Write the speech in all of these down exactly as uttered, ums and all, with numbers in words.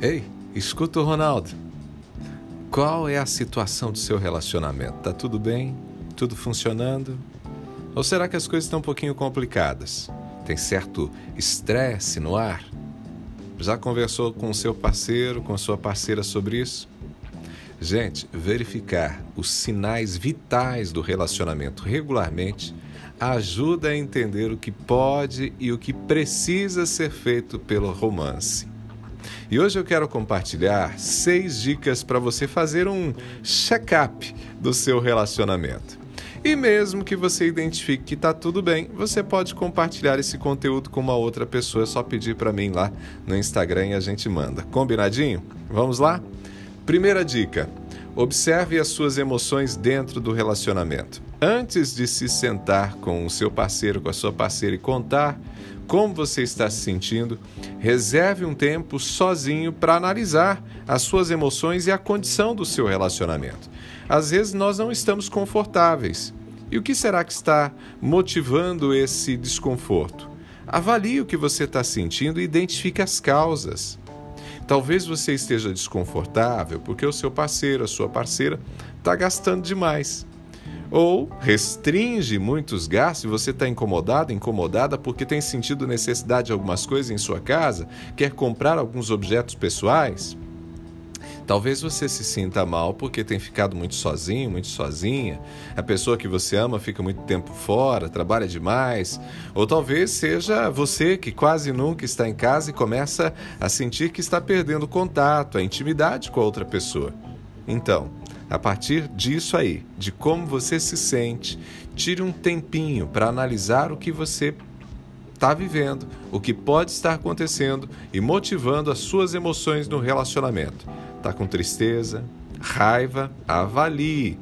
Ei, escuta o Ronaldo. Qual é a situação do seu relacionamento? Tá tudo bem? Tudo funcionando? Ou será que as coisas estão um pouquinho complicadas? Tem certo estresse no ar? Já conversou com o seu parceiro, com a sua parceira sobre isso? Gente, verificar os sinais vitais do relacionamento regularmente ajuda a entender o que pode e o que precisa ser feito pelo romance. E hoje eu quero compartilhar seis dicas para você fazer um check-up do seu relacionamento. E mesmo que você identifique que está tudo bem, você pode compartilhar esse conteúdo com uma outra pessoa. É só pedir para mim lá no Instagram e a gente manda. Combinadinho? Vamos lá? Primeira dica. Observe as suas emoções dentro do relacionamento. Antes de se sentar com o seu parceiro, com a sua parceira e contar como você está se sentindo, reserve um tempo sozinho para analisar as suas emoções e a condição do seu relacionamento. Às vezes nós não estamos confortáveis. E o que será que está motivando esse desconforto? Avalie o que você está sentindo e identifique as causas. Talvez você esteja desconfortável porque o seu parceiro, a sua parceira, está gastando demais. Ou restringe muitos gastos e você está incomodado, incomodada porque tem sentido necessidade de algumas coisas em sua casa, quer comprar alguns objetos pessoais. Talvez você se sinta mal porque tem ficado muito sozinho, muito sozinha. A pessoa que você ama fica muito tempo fora, trabalha demais. Ou talvez seja você que quase nunca está em casa e começa a sentir que está perdendo o contato, a intimidade com a outra pessoa. Então, a partir disso aí, de como você se sente, tire um tempinho para analisar o que você está vivendo, o que pode estar acontecendo e motivando as suas emoções no relacionamento. Está com tristeza, raiva? Avalie.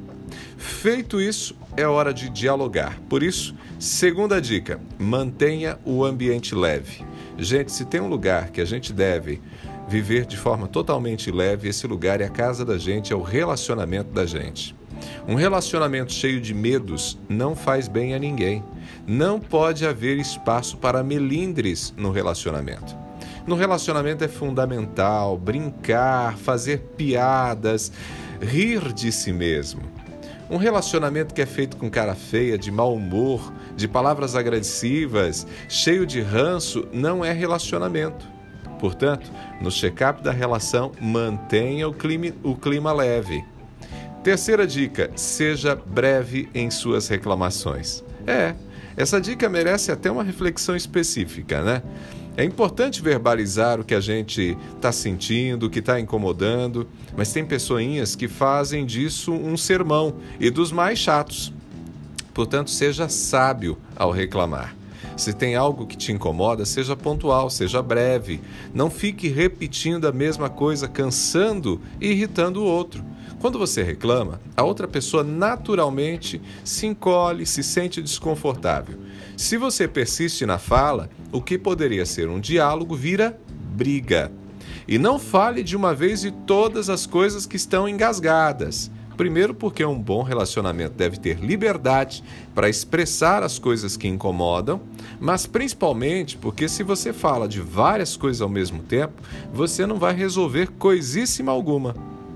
Feito isso, é hora de dialogar. Por isso, segunda dica, mantenha o ambiente leve. Gente, se tem um lugar que a gente deve viver de forma totalmente leve, esse lugar é a casa da gente, é o relacionamento da gente. Um relacionamento cheio de medos não faz bem a ninguém. Não pode haver espaço para melindres no relacionamento. No relacionamento é fundamental brincar, fazer piadas, rir de si mesmo. Um relacionamento que é feito com cara feia, de mau humor, de palavras agressivas, cheio de ranço, não é relacionamento. Portanto, no check-up da relação, mantenha o clima, o clima leve. Terceira dica, seja breve em suas reclamações. É, essa dica merece até uma reflexão específica, né? É importante verbalizar o que a gente está sentindo, o que está incomodando, mas tem pessoinhas que fazem disso um sermão e dos mais chatos. Portanto, seja sábio ao reclamar. Se tem algo que te incomoda, seja pontual, seja breve. Não fique repetindo a mesma coisa, cansando e irritando o outro. Quando você reclama, a outra pessoa naturalmente se encolhe, se sente desconfortável. Se você persiste na fala, o que poderia ser um diálogo vira briga. E não fale de uma vez de todas as coisas que estão engasgadas. Primeiro, porque um bom relacionamento deve ter liberdade para expressar as coisas que incomodam, mas principalmente porque se você fala de várias coisas ao mesmo tempo, você não vai resolver coisíssima alguma.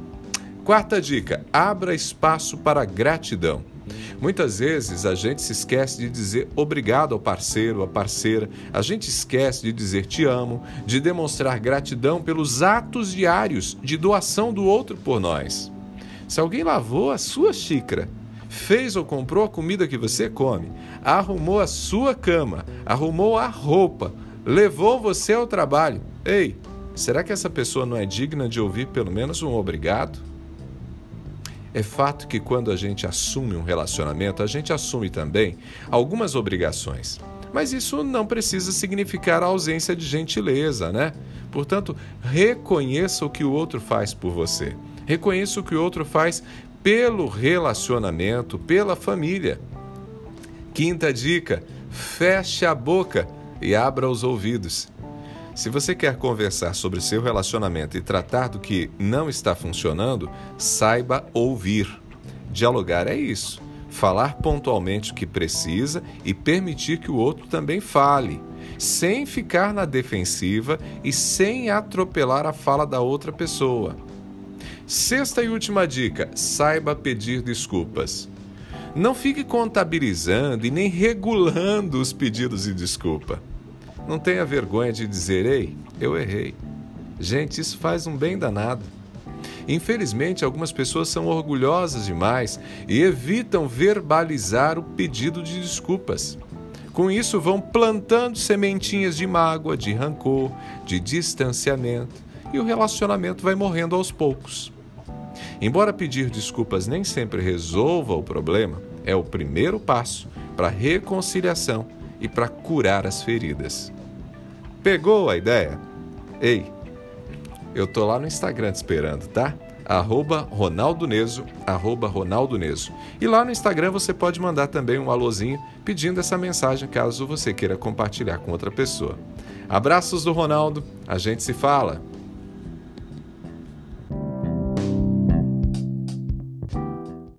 Quarta dica, abra espaço para gratidão. Muitas vezes a gente se esquece de dizer obrigado ao parceiro, à parceira, a gente esquece de dizer te amo, de demonstrar gratidão pelos atos diários de doação do outro por nós. Se alguém lavou a sua xícara, fez ou comprou a comida que você come, arrumou a sua cama, arrumou a roupa, levou você ao trabalho, ei, será que essa pessoa não é digna de ouvir pelo menos um obrigado? É fato que quando a gente assume um relacionamento, a gente assume também algumas obrigações. Mas isso não precisa significar a ausência de gentileza, né? Portanto, reconheça o que o outro faz por você. Reconheça o que o outro faz pelo relacionamento, pela família. Quinta dica, feche a boca e abra os ouvidos. Se você quer conversar sobre seu relacionamento e tratar do que não está funcionando, saiba ouvir. Dialogar é isso. falar pontualmente o que precisa e permitir que o outro também fale, sem ficar na defensiva e sem atropelar a fala da outra pessoa. Sexta e última dica: saiba pedir desculpas. Não fique contabilizando e nem regulando os pedidos de desculpa. Não tenha vergonha de dizer: ei, eu errei. Gente, isso faz um bem danado. Infelizmente, algumas pessoas são orgulhosas demais e evitam verbalizar o pedido de desculpas. Com isso, vão plantando sementinhas de mágoa, de rancor, de distanciamento, e o relacionamento vai morrendo aos poucos. Embora pedir desculpas nem sempre resolva o problema, é o primeiro passo para a reconciliação e para curar as feridas. Pegou a ideia? Ei, eu tô lá no Instagram te esperando, tá? Arroba Ronaldo Neso, arroba Ronaldo Neso. E lá no Instagram você pode mandar também um alôzinho pedindo essa mensagem caso você queira compartilhar com outra pessoa. Abraços do Ronaldo, a gente se fala!